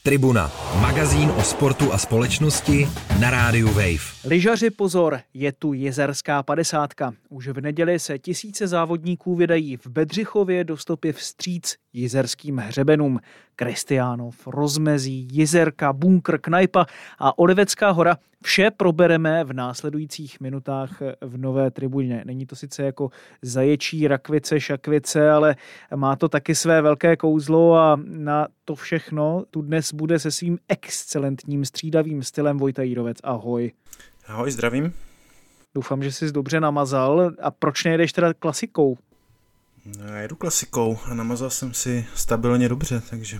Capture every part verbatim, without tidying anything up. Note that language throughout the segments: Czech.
Tribuna, magazín o sportu a společnosti na rádiu Wave. Lyžaři pozor, je tu Jizerská padesátka. Už v neděli se tisíce závodníků vydají v Bedřichově do stopy vstříc jizerským hřebenům. Kristiánov, Rozmezí, Jizerka, Bunkr, Knajpa a Olivecká hora. Vše probereme v následujících minutách v Nové tribuně. Není to sice jako Zaječí, Rakvice, Šakvice, ale má to taky své velké kouzlo a na to všechno tu dnes bude se svým excelentním střídavým stylem Vojta Jírovec. Ahoj. Ahoj, zdravím. Doufám, že jsi dobře namazal. A proč nejedeš teda klasikou? Já jedu klasikou a namazal jsem si stabilně dobře, takže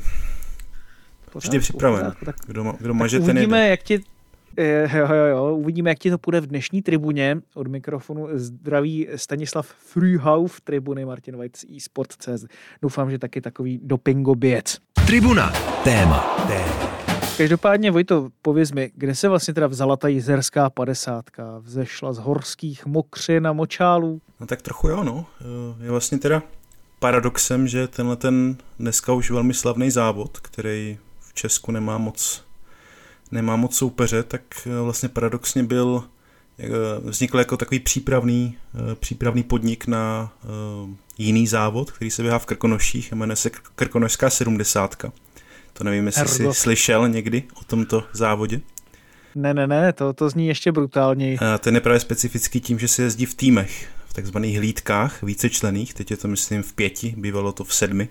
vždy připraven. Tak, kdo, kdo maže, ten uvidíme, jede. jak ti, jo, jo, jo, uvidíme, jak ti to půjde v dnešní tribuně. Od mikrofonu zdraví Stanislav Frühauf, tribuny Martin Weitz, eSport tečka cé zet. Doufám, že taky takový dopingoběc. Tribuna, téma. téma. Každopádně, Vojto, pověz mi, kde se vlastně teda vzala ta Jizerská padesátka? Vzešla z horských mokřin a močálů? No tak trochu jo, no. Je vlastně teda paradoxem, že tenhle ten dneska už velmi slavný závod, který v Česku nemá moc, nemá moc soupeře, tak vlastně paradoxně byl, vznikl jako takový přípravný, přípravný podnik na jiný závod, který se běhá v Krkonoších, jmenuje se Krkonošská sedmdesátka. To nevím, jestli jsi slyšel někdy o tomto závodě. Ne, ne, ne, to, to zní ještě brutálněji. A ten je právě specifický tím, že se jezdí v týmech, v takzvaných hlídkách vícečlenných, teď je to myslím v pěti, bývalo to v sedmi.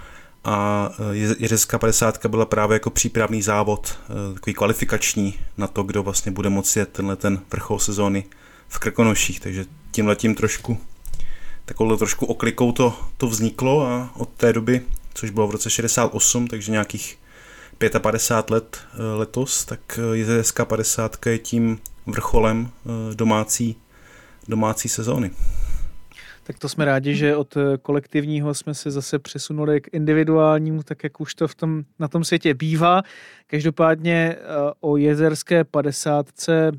A Jizerská padesátka byla právě jako přípravný závod, takový kvalifikační na to, kdo vlastně bude moci jet tenhle ten vrchol sezóny v Krkonoších, takže tímhletím trošku, takovou trošku oklikou to, to vzniklo a od té doby, což bylo v roce šedesát osm, takže nějakých padesát pět let letos, tak Jizerská padesátka je tím vrcholem domácí, domácí sezóny. Tak to jsme rádi, že od kolektivního jsme se zase přesunuli k individuálnímu, tak jak už to v tom, na tom světě bývá. Každopádně o Jizerské padesátce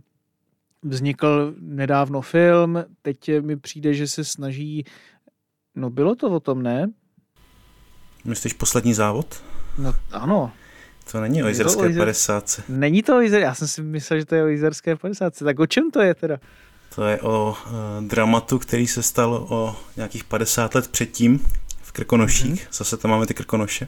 vznikl nedávno film, teď mi přijde, že se snaží, no bylo to o tom, ne? Myslíš poslední závod? No ano. To není o Jizerské Jizer... padesátce. Není to o Jizerské, já jsem si myslel, že to je o Jizerské padesátce. Tak o čem to je teda? To je o uh, dramatu, který se stal o nějakých padesát let předtím v Krkonoších. Mm-hmm. Zase tam máme ty Krkonoše.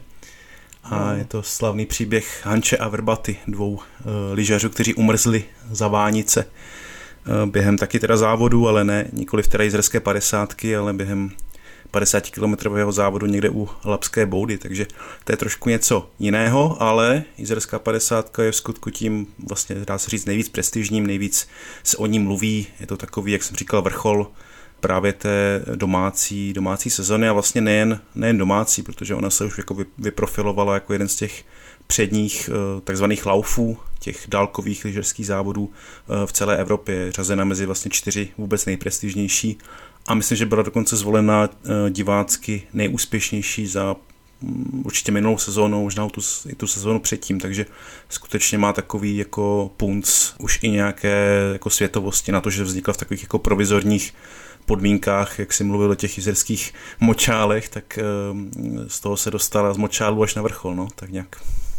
A no. Je to slavný příběh Hanče a Vrbaty, dvou uh, lyžařů, kteří umrzli za Vánice uh, během taky teda závodu, ale ne nikoliv teda Jizerské padesátky, ale během padesátikilometrového závodu někde u Lapské boudy, takže to je trošku něco jiného, ale Jizerská padesátka je v skutku tím vlastně, dá se říct, nejvíc prestižním, nejvíc se o ní mluví, je to takový, jak jsem říkal, vrchol právě té domácí, domácí sezony a vlastně nejen, nejen domácí, protože ona se už jako vyprofilovala jako jeden z těch předních takzvaných laufů, těch dálkových lyžařských závodů v celé Evropě, řazena mezi vlastně čtyři vůbec nejprestižnější a myslím, že byla dokonce zvolena divácky nejúspěšnější za určitě minulou sezónu, možná tu, i tu sezónu předtím, takže skutečně má takový jako punc už i nějaké jako světovosti na to, že vznikla v takových jako provizorních podmínkách, jak si mluvil o těch jizerských močálech, tak z toho se dostala z močálu až na vrchol, no, tak nějak.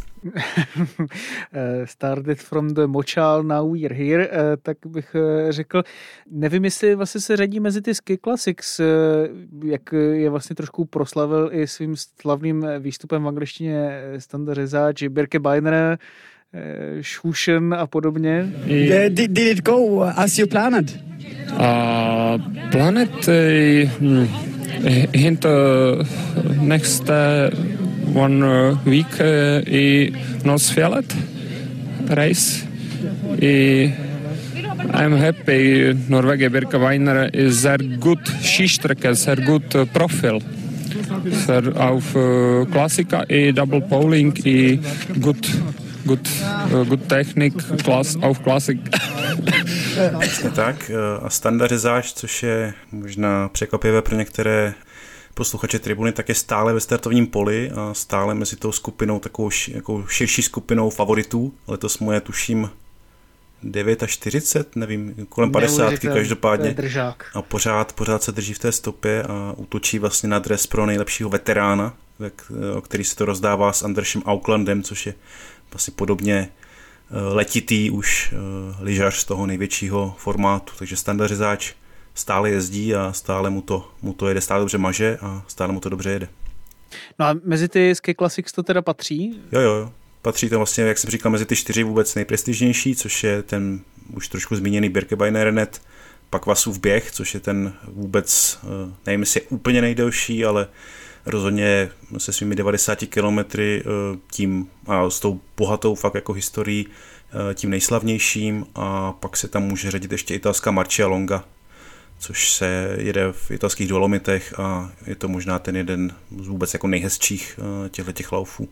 Started from the močál, now we're here, tak bych řekl, nevím, jestli vlastně se řadí mezi ty Ski Classics, jak je vlastně trošku proslavil i svým slavným výstupem v angličtině Standa Řezáč, Birke Beiner, Schuchen a podobně. Did, did it go as you planned? Uh, planned uh, in the next uh, one week uh, i Nosfjellet race. I I'm happy Norwegia Birke Beiner is a good skisträcka, a good profil. För auf uh, Klassika i double poling i good good uh, good technik class auf Klassik. Vlastně tak. A Standa Řezáč, což je možná překvapivé pro některé posluchače tribuny, tak je stále ve startovním poli a stále mezi tou skupinou, takovou jako širší skupinou favoritů. Letos mu je, tuším, čtyřicet devět, nevím, kolem padesátky každopádně. A pořád, pořád se drží v té stopě a útočí vlastně na dres pro nejlepšího veterána, o který se to rozdává s Andersem Auklandem, což je asi podobně letitý už lyžař z toho největšího formátu, takže standardizáč stále jezdí a stále mu to, mu to jede, stále dobře maže a stále mu to dobře jede. No a mezi ty Ski Classics to teda patří? Jo, jo, jo. Patří to vlastně, jak jsem říkal, mezi ty čtyři vůbec nejprestižnější, což je ten už trošku zmíněný Birkebeiner Rennet, pak Vasův běh, což je ten vůbec, nevím, jestli je úplně nejdelší, ale rozhodně se svými devadesáti kilometry tím a s tou bohatou fakt jako historií tím nejslavnějším, a pak se tam může řadit ještě italská Marcia Longa, což se jede v italských Dolomitech a je to možná ten jeden z vůbec jako nejhezčích těchto laufů.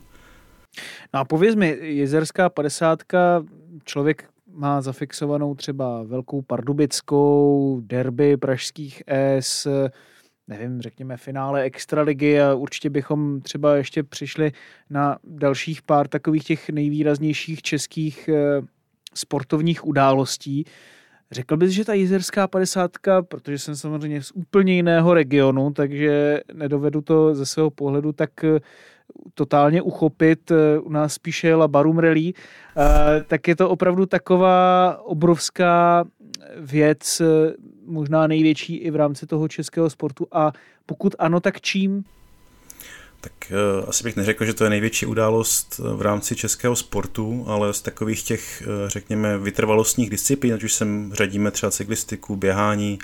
No a pověz mi, jezerská padesátka, člověk má zafixovanou třeba Velkou Pardubickou, derby pražských S, nevím, řekněme finále extraligy, a určitě bychom třeba ještě přišli na dalších pár takových těch nejvýraznějších českých sportovních událostí. Řekl bys, že ta jezerská padesátka, protože jsem samozřejmě z úplně jiného regionu, takže nedovedu to ze svého pohledu tak totálně uchopit, u nás spíše jela Barum Rally, tak je to opravdu taková obrovská věc, možná největší i v rámci toho českého sportu, a pokud ano, tak čím? Tak uh, asi bych neřekl, že to je největší událost v rámci českého sportu, ale z takových těch, uh, řekněme, vytrvalostních disciplín, ať už sem řadíme třeba cyklistiku, běhání,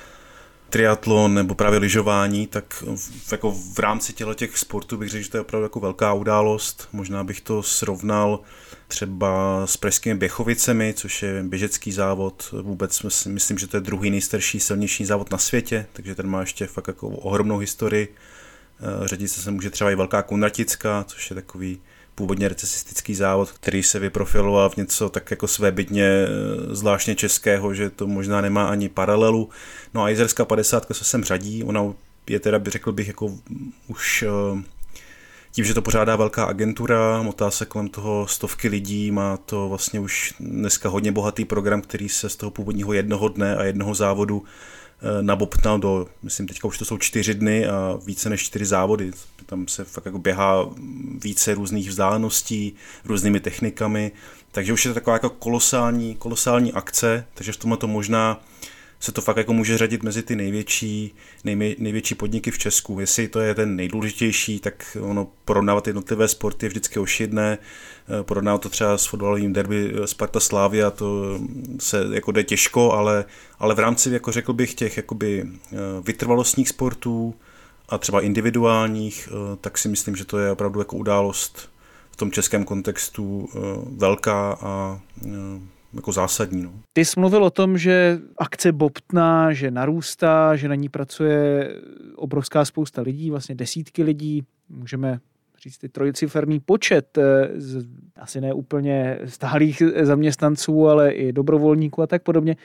triatlon nebo právě lyžování, tak v, jako v rámci těch sportů bych řekl, že to je opravdu jako velká událost. Možná bych to srovnal třeba s pražskými Běchovicemi, což je běžecký závod. Vůbec myslím, že to je druhý nejstarší silniční závod na světě, takže ten má ještě fakt jako ohromnou historii. Řadit se může třeba i Velká Kunratická, což je takový původně recesistický závod, který se vyprofiloval v něco tak jako svébytně zvláštně českého, že to možná nemá ani paralelu. No a jezerská padesátka se sem řadí, ona je teda, by řekl bych, jako už tím, že to pořádá velká agentura, motá se kolem toho stovky lidí, má to vlastně už dneska hodně bohatý program, který se z toho původního jednoho dne a jednoho závodu nabobtnal do, myslím teďka už to jsou čtyři dny a více než čtyři závody. Tam se fakt jako běhá více různých vzdáleností, různými technikami, takže už je to taková jako kolosální, kolosální akce, takže v tomhle to možná se to fakt jako může řadit mezi ty největší, nejmě, největší podniky v Česku. Jestli to je ten nejdůležitější, tak ono porovnávat jednotlivé sporty je vždycky ošidné. Porovnávat to třeba s fotbalovým derby Sparta Slavia, to se jako jde těžko, ale, ale v rámci, jako řekl bych, těch jakoby vytrvalostních sportů a třeba individuálních, tak si myslím, že to je opravdu jako událost v tom českém kontextu velká a jako zásadní. No. Ty jsi mluvil o tom, že akce bobtná, že narůstá, že na ní pracuje obrovská spousta lidí, vlastně desítky lidí, můžeme říct ty trojciferný počet, z, asi ne úplně stálých zaměstnanců, ale i dobrovolníků a tak podobně.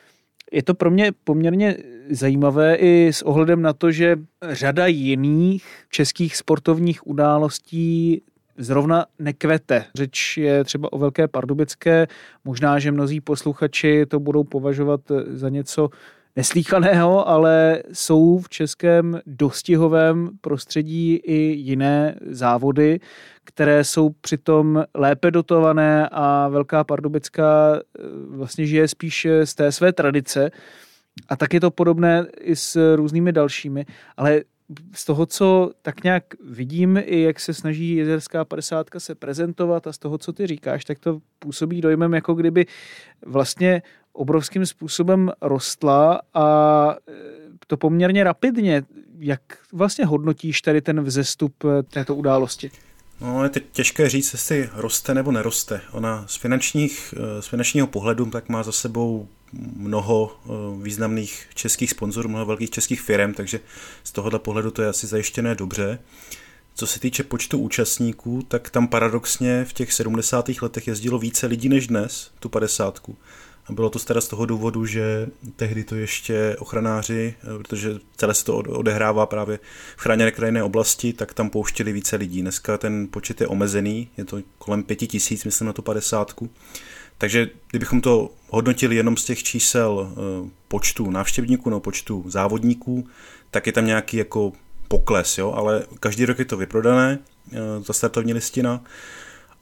Je to pro mě poměrně zajímavé i s ohledem na to, že řada jiných českých sportovních událostí zrovna nekvete. Řeč je třeba o Velké Pardubické, možná, že mnozí posluchači to budou považovat za něco neslýchaného, ale jsou v českém dostihovém prostředí i jiné závody, které jsou přitom lépe dotované, a Velká Pardubická vlastně žije spíš z té své tradice, a tak je to podobné i s různými dalšími, ale z toho, co tak nějak vidím, i jak se snaží jezerská padesátka se prezentovat, a z toho, co ty říkáš, tak to působí dojmem, jako kdyby vlastně obrovským způsobem rostla, a to poměrně rapidně. Jak vlastně hodnotíš tady ten vzestup této události? No, je těžké říct, jestli roste nebo neroste. Ona z, finančních, z finančního pohledu tak má za sebou mnoho významných českých sponzorů, mnoho velkých českých firm, takže z tohohle pohledu to je asi zajištěné dobře. Co se týče počtu účastníků, tak tam paradoxně v těch sedmdesátých letech jezdilo více lidí než dnes, tu padesátku. A bylo to teda z toho důvodu, že tehdy to ještě ochranáři, protože celé se to odehrává právě v chráněné krajinné oblasti, tak tam pouštěli více lidí. Dneska ten počet je omezený, je to kolem pěti tisíc, myslím, na tu padesátku. Takže kdybychom to hodnotili jenom z těch čísel počtu návštěvníků nebo počtu závodníků, tak je tam nějaký jako pokles, jo? Ale každý rok je to vyprodané, ta startovní listina.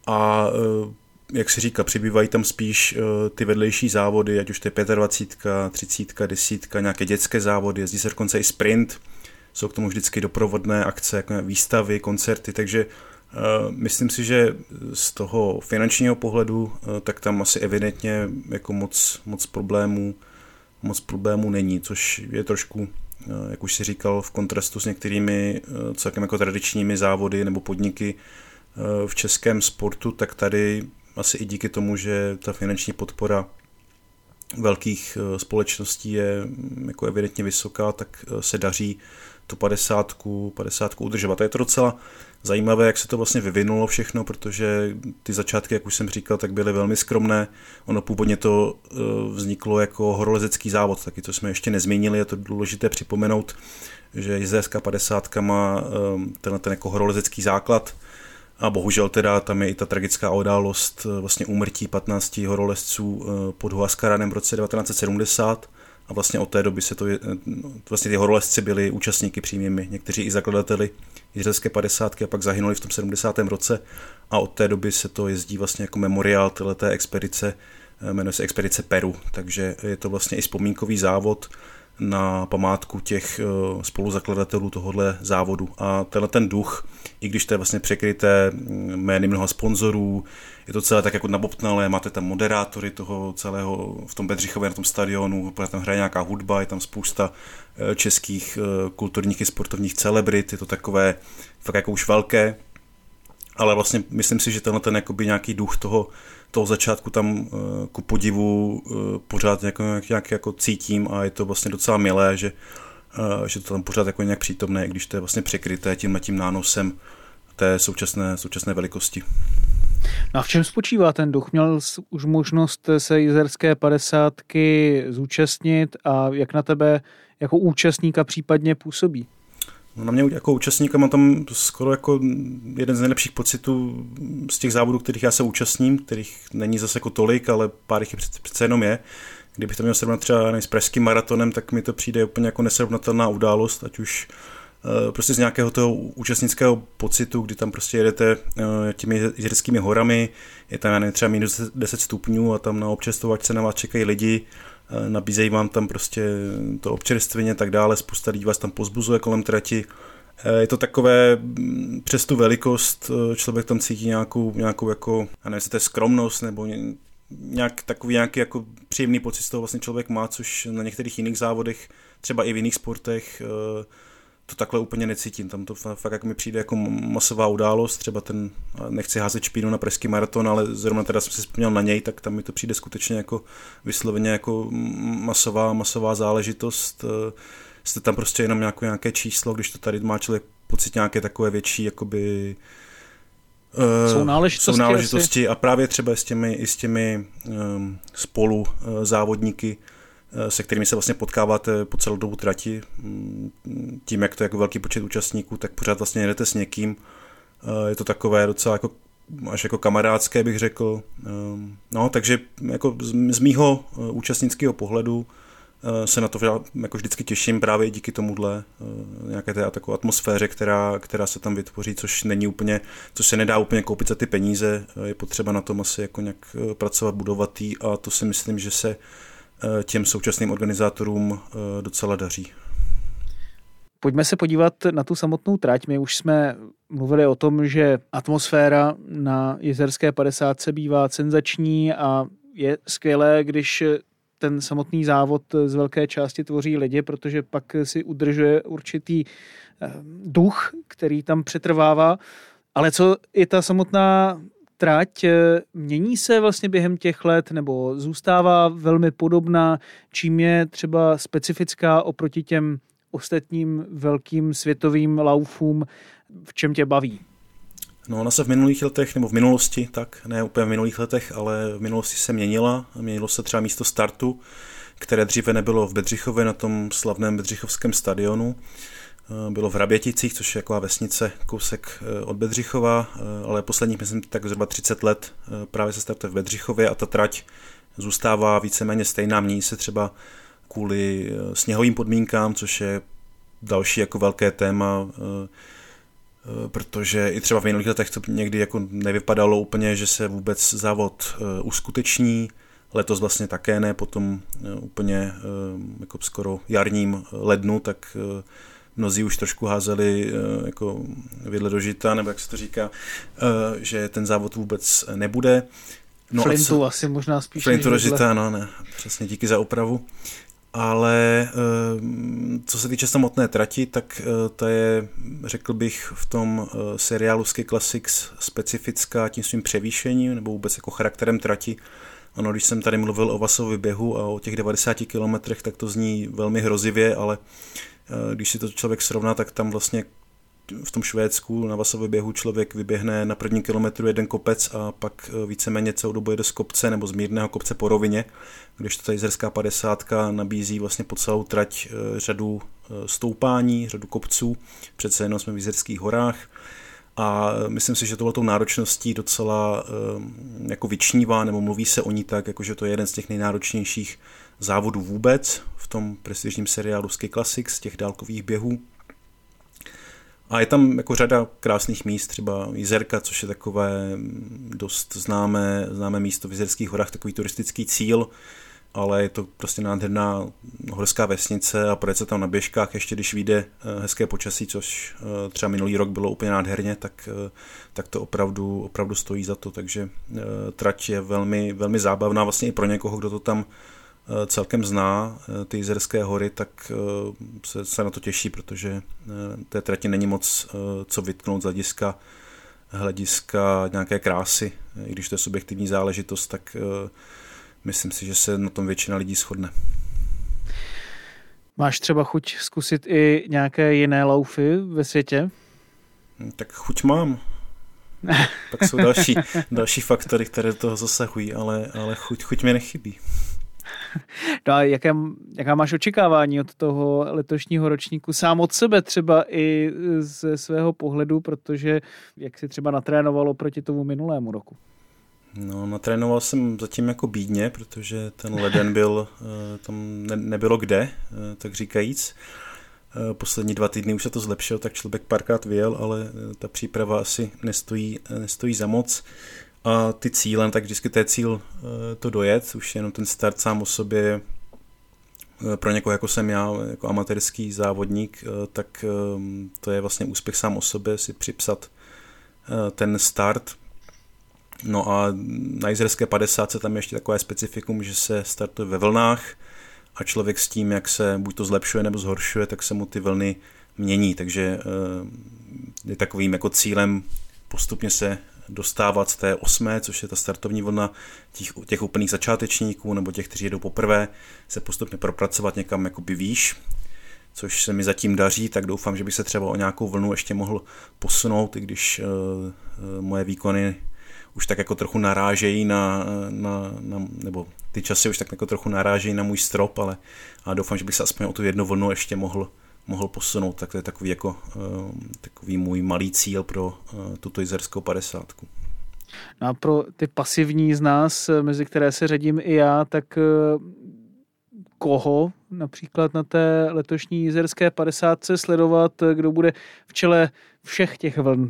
a jak se říká, přibývají tam spíš ty vedlejší závody, ať už to je dvacet pět, třicet, deset, nějaké dětské závody, jezdí se dokonce i sprint, jsou k tomu vždycky doprovodné akce, jako výstavy, koncerty, takže uh, myslím si, že z toho finančního pohledu, uh, tak tam asi evidentně jako moc, moc problémů moc problémů není, což je trošku, uh, jak už si říkal, v kontrastu s některými uh, celkem jako tradičními závody nebo podniky uh, v českém sportu, tak tady asi i díky tomu, že ta finanční podpora velkých uh, společností je jako evidentně vysoká, tak uh, se daří tu padesátku, padesátku udržovat. A je to docela zajímavé, jak se to vlastně vyvinulo všechno, protože ty začátky, jak už jsem říkal, tak byly velmi skromné. Ono původně to vzniklo jako horolezecký závod, taky to jsme ještě nezmínili, je to důležité připomenout, že jizerská padesátka má tenhle ten jako horolezecký základ a bohužel teda tam je i ta tragická událost vlastně úmrtí patnácti horolezců pod Huascaranem v roce devatenáct set sedmdesát. A vlastně od té doby se to, vlastně ty horolezci byli účastníky přímými, někteří i zakladateli jizerské padesátky a pak zahynuli v tom sedmdesátém roce a od té doby se to jezdí vlastně jako memoriál téhleté expedice, jmenuje se expedice Peru, takže je to vlastně i vzpomínkový závod na památku těch spoluzakladatelů tohohle závodu a tenhle ten duch, i když to je vlastně překryté jmény mnoha sponzorů, je to celé tak jako nabobtnalé, máte tam moderátory toho celého v tom Bedřichově na tom stadionu, tam hraje nějaká hudba, je tam spousta českých kulturních i sportovních celebrit, je to takové fakt jako už velké, ale vlastně myslím si, že tenhle ten jakoby nějaký duch toho, toho začátku tam ku podivu pořád nějak, nějak jako cítím a je to vlastně docela milé, že, že to tam pořád jako nějak přítomné, když to je vlastně překryté tímhle tím nánosem té současné, současné velikosti. No a v čem spočívá ten duch? Měl jsi už možnost se jizerské padesátky zúčastnit a jak na tebe jako účastníka případně působí? No na mě jako účastníka mám tam skoro jako jeden z nejlepších pocitů z těch závodů, kterých já se účastním, kterých není zase jako tolik, ale pár jich přece jenom je. Kdybych to měl srovnat třeba s pražským maratonem, tak mi to přijde úplně jako nesrovnatelná událost, ať už prostě z nějakého toho účastnického pocitu, kdy tam prostě jedete těmi jizerskými horami, je tam nevím, třeba minus deset stupňů a tam na občerstvovačce na vás čekají lidi, nabízejí vám tam prostě to občerstvení a tak dále, spousta lidí vás tam pozbuzuje kolem trati. Je to takové, přes tu velikost člověk tam cítí nějakou, nějakou jako, já nevím, jestli to je skromnost nebo nějak, takový nějaký jako příjemný pocit z toho vlastně člověk má, což na některých jiných závodech, třeba i v jiných sportech, to takhle úplně necítím. Tam to fakt jako mi přijde jako masová událost, třeba ten, nechci házet špínu na pražský maraton, ale zrovna teda jsem si vzpomněl na něj, tak tam mi to přijde skutečně jako vysloveně jako masová, masová záležitost. Jste tam prostě jenom nějaké, nějaké číslo, když to tady má člověk pocit nějaké takové větší jakoby jsou náležitosti, jsou náležitosti a právě třeba s těmi, i s těmi um, spolu uh, závodníky, se kterými se vlastně potkáváte po celou dobu trati. Tím, jak to je jako velký počet účastníků, tak pořád vlastně jedete s někým. Je to takové docela jako, až jako kamarádské, bych řekl. No, takže jako z, z mýho účastnického pohledu se na to jako vždycky těším právě díky tomuhle nějaké té takové atmosféře, která, která se tam vytvoří, což není úplně, což se nedá úplně koupit za ty peníze. Je potřeba na tom asi jako nějak pracovat, budovat jí a to si myslím, že se těm současným organizátorům docela daří. Pojďme se podívat na tu samotnou trať. My už jsme mluvili o tom, že atmosféra na jizerské padesátce bývá senzační a je skvělé, když ten samotný závod z velké části tvoří lidi, protože pak si udržuje určitý duch, který tam přetrvává. Ale co je ta samotná trať, mění se vlastně během těch let nebo zůstává velmi podobná, čím je třeba specifická oproti těm ostatním velkým světovým laufům, v čem tě baví? No, ona se v minulých letech, nebo v minulosti, tak ne úplně v minulých letech, ale v minulosti se měnila. Měnilo se třeba místo startu, které dříve nebylo v Bedřichově na tom slavném bedřichovském stadionu. Bylo v Hraběticích, což je taková vesnice, kousek od Bedřichova, ale posledních, myslím, tak zhruba třicet let právě se startuje v Bedřichově a ta trať zůstává víceméně stejná. Mění se třeba kvůli sněhovým podmínkám, což je další jako velké téma. protože i třeba v minulých letech to někdy jako nevypadalo úplně, že se vůbec závod uskuteční. Letos vlastně také ne, potom úplně jako skoro jarním lednu, tak mnozí už trošku házeli jako vidle do žita, nebo jak se to říká, že ten závod vůbec nebude. No Flintu co, asi možná spíš. Flintu do žita, no ne, přesně, díky za opravu. Ale co se týče samotné trati, tak ta je, řekl bych, v tom seriálu Ski Classics specifická tím svým převýšením nebo vůbec jako charakterem trati. Ano, když jsem tady mluvil o Vassově běhu a o těch devadesáti kilometrech, tak to zní velmi hrozivě, ale když si to člověk srovná, tak tam vlastně v tom Švédsku na Vassově běhu člověk vyběhne na prvním kilometru jeden kopec a pak víceméně celou dobu jede z kopce nebo z mírného kopce po rovině, když to ta jizerská padesátka nabízí vlastně po celou trať řadu stoupání, řadu kopců, přece jenom jsme v Jizerských horách. A myslím si, že tohletou náročností docela jako vyčnívá, nebo mluví se o ní tak, jakože to je jeden z těch nejnáročnějších závodů vůbec v tom prestižním seriálu Ski Classics, z těch dálkových běhů. A je tam jako řada krásných míst, třeba Jizerka, což je takové dost známé, známé místo v Jizerských horách, takový turistický cíl, ale je to prostě nádherná horská vesnice a projet se tam na běžkách, ještě když vyjde hezké počasí, což třeba minulý rok bylo úplně nádherně, tak, tak to opravdu, opravdu stojí za to, takže trať je velmi, velmi zábavná, vlastně i pro někoho, kdo to tam celkem zná, ty Jizerské hory, tak se, se na to těší, protože té trati není moc co vytknout z hlediska, hlediska nějaké krásy, i když to je subjektivní záležitost, tak myslím si, že se na tom většina lidí shodne. Máš třeba chuť zkusit i nějaké jiné laufy ve světě? Tak chuť mám. Pak jsou další, další faktory, které do toho zasahují, ale, ale chuť, chuť mi nechybí. No a jaké, jaká máš očekávání od toho letošního ročníku sám od sebe třeba i ze svého pohledu, protože jak jsi třeba natrénovalo proti tomu minulému roku? No, natrénoval jsem zatím jako bídně, protože ten leden byl, tam ne, nebylo kde, tak říkajíc. Poslední dva týdny už se to zlepšilo, tak člověk párkrát vyjel, ale ta příprava asi nestojí, nestojí za moc. A ty cílem, tak vždycky to je cíl to dojet, už jenom ten start sám o sobě pro někoho jako jsem já, jako amatérský závodník, tak to je vlastně úspěch sám o sobě si připsat ten start. No a na jizerské padesátce tam je ještě takové specifikum, že se startuje ve vlnách a člověk s tím, jak se buď to zlepšuje nebo zhoršuje, tak se mu ty vlny mění, takže je takovým jako cílem postupně se dostávat z té osmé, což je ta startovní vlna těch, těch úplných začátečníků nebo těch, kteří jedou poprvé, se postupně propracovat někam jakoby výš, což se mi zatím daří, tak doufám, že bych se třeba o nějakou vlnu ještě mohl posunout, i když uh, moje výkony už tak jako trochu narážejí na, na, na, nebo ty časy už tak jako trochu narážejí na můj strop, ale a doufám, že bych se aspoň o tu jednu vlnu ještě mohl, mohl posunout, tak to je takový, jako, uh, takový můj malý cíl pro uh, tuto jizerskou padesátku. No a pro ty pasivní z nás, mezi které se řadím i já, tak uh, koho například na té letošní jizerské padesátce sledovat, kdo bude v čele všech těch vln?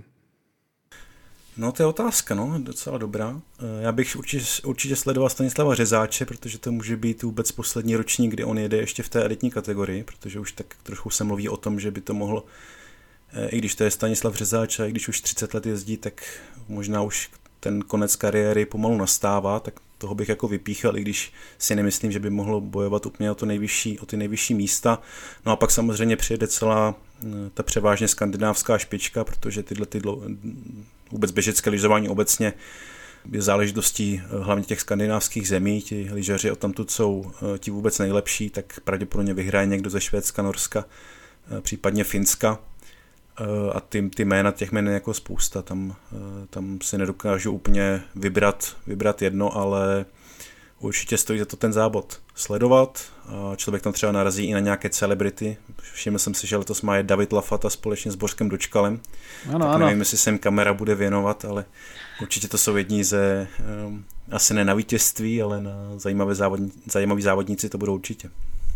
No to je otázka, no, docela dobrá. Já bych určitě, určitě sledoval Stanislava Řezáče, protože to může být vůbec poslední ročník, kdy on jede ještě v té elitní kategorii, protože už tak trochu se mluví o tom, že by to mohlo, i když to je Stanislav Řezáč a i když už třicet let jezdí, tak možná už ten konec kariéry pomalu nastává, tak toho bych jako vypíchal, i když si nemyslím, že by mohlo bojovat úplně o, to nejvyšší, o ty nejvyšší místa. No a pak samozřejmě přijede celá ta převážně skandinávská špička, protože tyhle ty dlou, vůbec běžecké lyžování obecně je záležitostí hlavně těch skandinávských zemí, ti lyžaři odtamtud jsou ti vůbec nejlepší, tak pravděpodobně vyhraje někdo ze Švédska, Norska, případně Finska. A ty, ty jména, těch jmén je jako spousta, tam, tam si nedokážu úplně vybrat, vybrat jedno, ale určitě stojí za to ten závod sledovat a člověk tam třeba narazí i na nějaké celebrity. Všiml jsem si, že letos má je David Lafata společně s Bořkem Dočkalem, ano, tak ano. nevím, jestli se jim kamera bude věnovat, ale určitě to jsou jedni ze, um, asi ne na vítězství, ale na zajímavé závodní, zajímaví závodníci to budou určitě.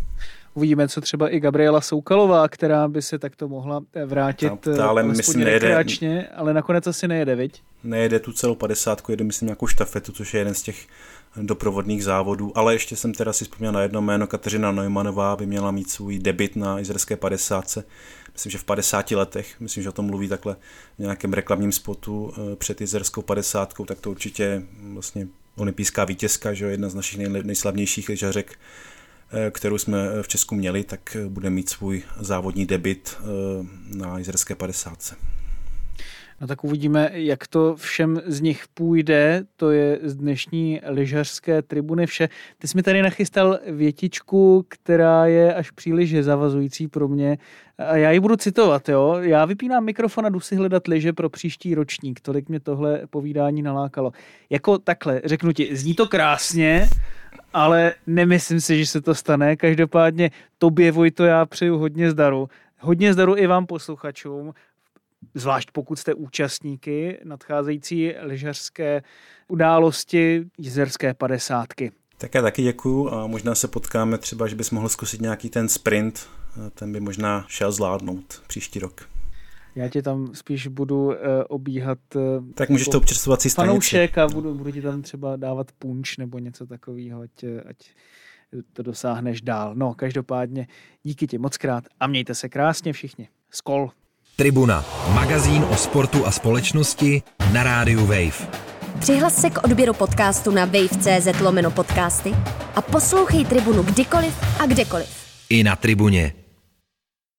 Uvidíme, co třeba i Gabriela Soukalová, která by se takto mohla vrátit ta, ale myslím, rekreačně, ale nakonec asi nejede, viď? Nejede tu celou padesátku, jede myslím nějakou štafetu, což je jeden z těch doprovodných závodů, ale ještě jsem teda si vzpomněl na jedno jméno, Kateřina Neumannová by měla mít svůj debut na jizerské padesátce, myslím, že v padesáti letech, myslím, že o tom mluví takhle v nějakém reklamním spotu před jizerskou padesátkou, tak to určitě vlastně olympijská vítězka, že jedna z našich nej, nejslavnějších lyžařek, kterou jsme v Česku měli, tak bude mít svůj závodní debut na jizerské padesátce. No tak uvidíme, jak to všem z nich půjde. To je z dnešní lyžařské tribuny vše. Ty jsi mi tady nachystal větičku, která je až příliš zavazující pro mě. A já ji budu citovat, jo. Já vypínám mikrofon a jdu si hledat lyže pro příští ročník. Tolik mě tohle povídání nalákalo. Jako takhle, řeknu ti, zní to krásně, ale nemyslím si, že se to stane. Každopádně tobě, Vojto, já přeju hodně zdaru. Hodně zdaru i vám posluchačům, zvlášť pokud jste účastníky nadcházející lyžařské události jizerské padesátky. Tak já taky děkuju a možná se potkáme třeba, že bys mohl zkusit nějaký ten sprint, ten by možná šel zvládnout příští rok. Já tě tam spíš budu uh, obíhat uh, tak můžeš to občerstvovací stanici. Fanoušek a budu, budu ti tam třeba dávat punč nebo něco takového, ať, ať to dosáhneš dál. No, každopádně díky ti moc krát a mějte se krásně všichni. Skol. Tribuna, magazín o sportu a společnosti na rádiu Wave. Přihlas se k odběru podcastu na wave tečka cz lomeno podcasty a poslouchej Tribunu kdykoliv a kdekoliv. I na Tribuně.